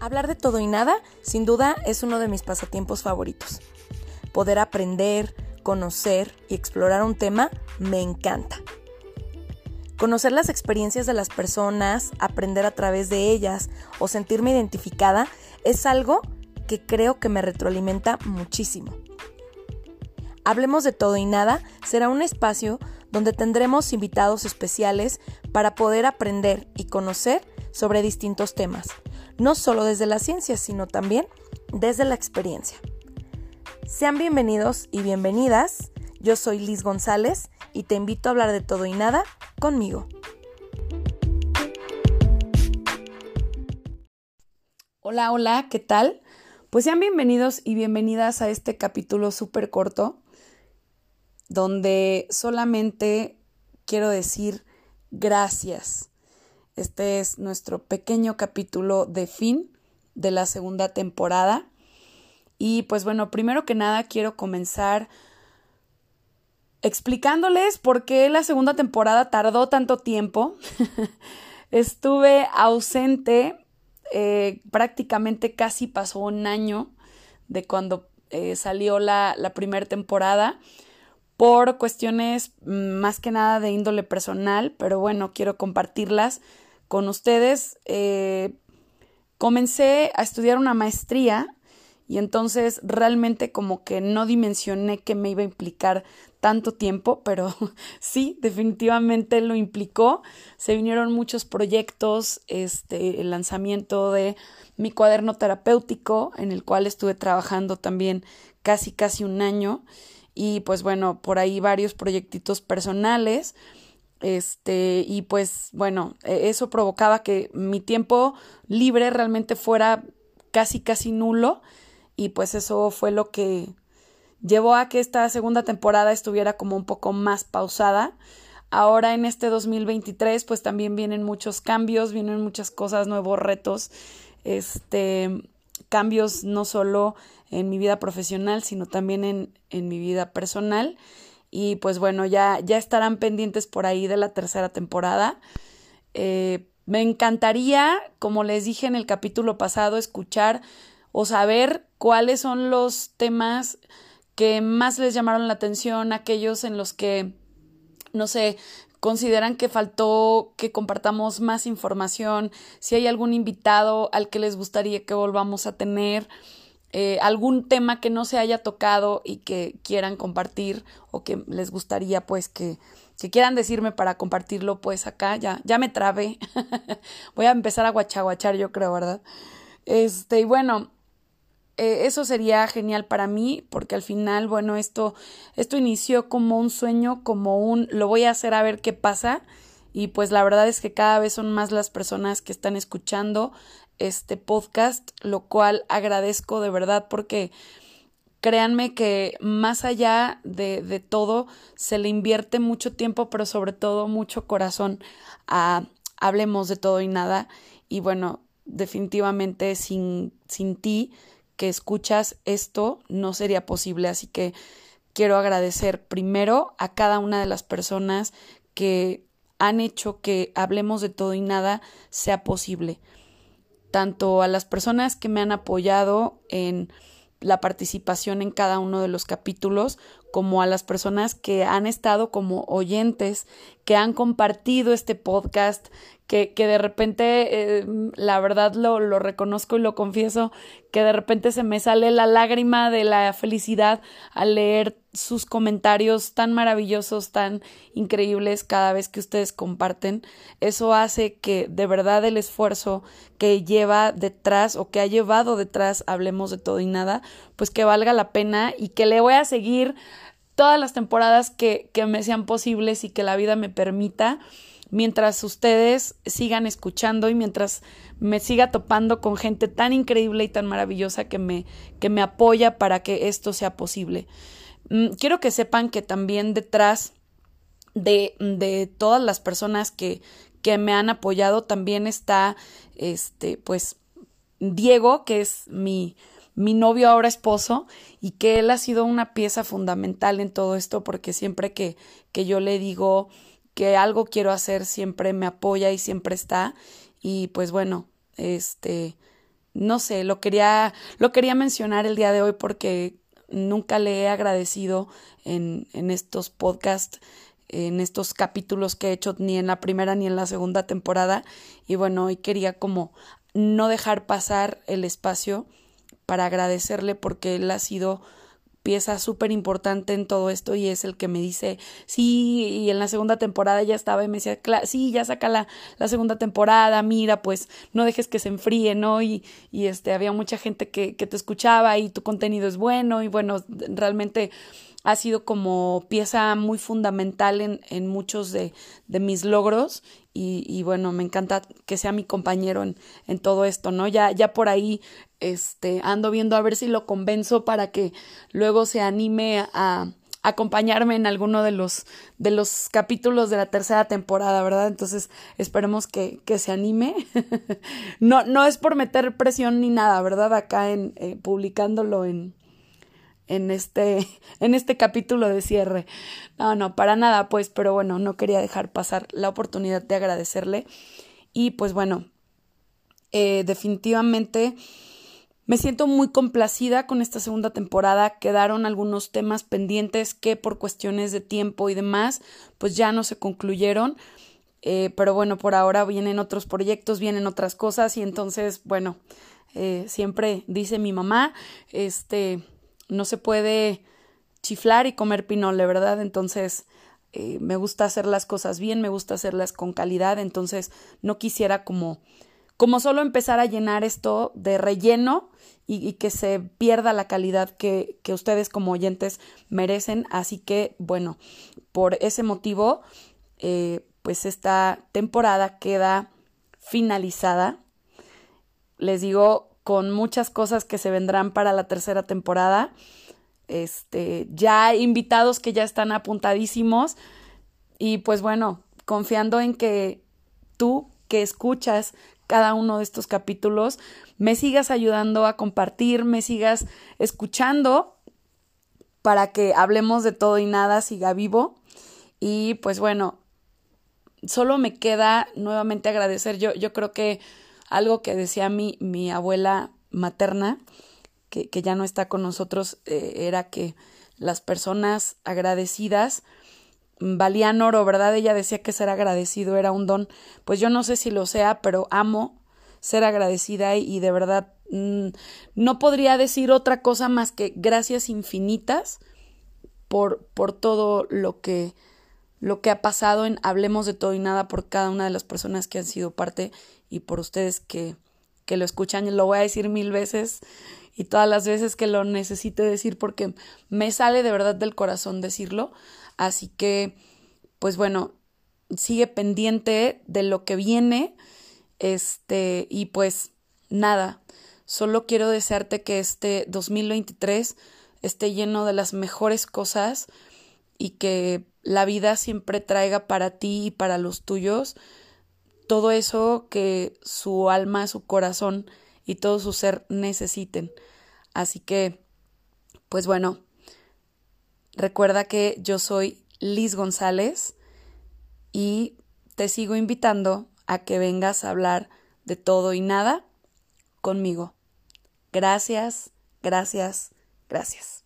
Hablar de todo y nada, sin duda, es uno de mis pasatiempos favoritos. Poder aprender, conocer y explorar un tema me encanta. Conocer las experiencias de las personas, aprender a través de ellas o sentirme identificada es algo que creo que me retroalimenta muchísimo. Hablemos de todo y nada será un espacio donde tendremos invitados especiales para poder aprender y conocer sobre distintos temas, no solo desde la ciencia, sino también desde la experiencia. Sean bienvenidos y bienvenidas, yo soy Liz González y te invito a hablar de todo y nada conmigo. Hola, ¿qué tal? Pues sean bienvenidos y bienvenidas a este capítulo súper corto, donde solamente quiero decir gracias. Este es nuestro pequeño capítulo de fin de la segunda temporada. Y pues bueno, primero que nada quiero comenzar explicándoles por qué la segunda temporada tardó tanto tiempo. Estuve ausente, prácticamente casi pasó un año de cuando salió la primera temporada, por cuestiones más que nada de índole personal, pero bueno, quiero compartirlas con ustedes. Comencé a estudiar una maestría y entonces realmente como que no dimensioné que me iba a implicar tanto tiempo, pero sí, definitivamente lo implicó. Se vinieron muchos proyectos, el lanzamiento de mi cuaderno terapéutico, en el cual estuve trabajando también casi un año, y pues bueno, por ahí varios proyectitos personales, y pues bueno, eso provocaba que mi tiempo libre realmente fuera casi nulo, y pues eso fue lo que llevó a que esta segunda temporada estuviera como un poco más pausada. Ahora en este 2023 pues también vienen muchos cambios, vienen muchas cosas, nuevos retos, cambios no solo en mi vida profesional, sino también en mi vida personal. Y pues bueno, ya estarán pendientes por ahí de la tercera temporada. Me encantaría, como les dije en el capítulo pasado, escuchar o saber cuáles son los temas que más les llamaron la atención, aquellos en los que, no sé, consideran que faltó que compartamos más información, si hay algún invitado al que les gustaría que volvamos a tener, algún tema que no se haya tocado y que quieran compartir o que les gustaría pues que quieran decirme para compartirlo, pues acá ya me trabé. Voy a empezar a guachaguachar, yo creo, ¿verdad? Y bueno, eso sería genial para mí, porque al final, bueno, esto inició como un sueño, lo voy a hacer a ver qué pasa, y pues la verdad es que cada vez son más las personas que están escuchando este podcast, lo cual agradezco de verdad, porque créanme que más allá de todo se le invierte mucho tiempo, pero sobre todo mucho corazón a Hablemos de todo y nada. Y bueno, definitivamente sin ti que escuchas esto no sería posible, así que quiero agradecer primero a cada una de las personas que han hecho que Hablemos de todo y nada sea posible, tanto a las personas que me han apoyado en la participación en cada uno de los capítulos, como a las personas que han estado como oyentes, que han compartido este podcast, que de repente, la verdad lo reconozco y lo confieso, que de repente se me sale la lágrima de la felicidad al leer sus comentarios tan maravillosos, tan increíbles cada vez que ustedes comparten. Eso hace que de verdad el esfuerzo que lleva detrás o que ha llevado detrás Hablemos de todo y nada, pues que valga la pena, y que le voy a seguir todas las temporadas que me sean posibles y que la vida me permita, mientras ustedes sigan escuchando y mientras me siga topando con gente tan increíble y tan maravillosa que me apoya para que esto sea posible. Quiero que sepan que también detrás de todas las personas que me han apoyado también está pues Diego, que es mi novio, ahora esposo, y que él ha sido una pieza fundamental en todo esto, porque siempre que yo le digo que algo quiero hacer, siempre me apoya y siempre está. Y pues bueno, no sé, lo quería mencionar el día de hoy porque nunca le he agradecido en estos podcasts, en estos capítulos que he hecho, ni en la primera ni en la segunda temporada. Y bueno, hoy quería como no dejar pasar el espacio para agradecerle porque él ha sido pieza súper importante en todo esto y es el que me dice, sí, y en la segunda temporada ya estaba y me decía, sí, ya saca la segunda temporada, mira, pues no dejes que se enfríe, ¿no? Y había mucha gente que te escuchaba y tu contenido es bueno y bueno, realmente ha sido como pieza muy fundamental en muchos de mis logros y bueno, me encanta que sea mi compañero en todo esto, ¿no? Ya por ahí ando viendo a ver si lo convenzo para que luego se anime a acompañarme en alguno de los capítulos de la tercera temporada, ¿verdad? Entonces esperemos que se anime. No es por meter presión ni nada, ¿verdad? Acá publicándolo en este capítulo de cierre. No, para nada, pues, pero bueno, no quería dejar pasar la oportunidad de agradecerle. Y pues bueno, definitivamente me siento muy complacida con esta segunda temporada. Quedaron algunos temas pendientes que por cuestiones de tiempo y demás, pues ya no se concluyeron. Pero bueno, por ahora vienen otros proyectos, vienen otras cosas y entonces, bueno, siempre dice mi mamá, no se puede chiflar y comer pinole, ¿verdad? Entonces, me gusta hacer las cosas bien, me gusta hacerlas con calidad, entonces no quisiera como solo empezar a llenar esto de relleno y que se pierda la calidad que ustedes como oyentes merecen. Así que, bueno, por ese motivo, pues esta temporada queda finalizada. Les digo, con muchas cosas que se vendrán para la tercera temporada. Ya hay invitados que ya están apuntadísimos y pues bueno, confiando en que tú que escuchas cada uno de estos capítulos me sigas ayudando a compartir, me sigas escuchando para que hablemos de todo y nada siga vivo. Y pues bueno, solo me queda nuevamente agradecer. Yo creo que algo que decía mi abuela materna, que ya no está con nosotros, era que las personas agradecidas valían oro, ¿verdad? Ella decía que ser agradecido era un don. Pues yo no sé si lo sea, pero amo ser agradecida y de verdad no podría decir otra cosa más que gracias infinitas por todo lo que ha pasado en Hablemos de Todo y Nada, por cada una de las personas que han sido parte y por ustedes que lo escuchan. Lo voy a decir 1000 veces y todas las veces que lo necesite decir porque me sale de verdad del corazón decirlo. Así que, pues bueno, sigue pendiente de lo que viene. Y pues nada, solo quiero desearte que este 2023 esté lleno de las mejores cosas y que la vida siempre traiga para ti y para los tuyos todo eso que su alma, su corazón y todo su ser necesiten. Así que, pues bueno, recuerda que yo soy Liz González y te sigo invitando a que vengas a hablar de todo y nada conmigo. Gracias, gracias, gracias.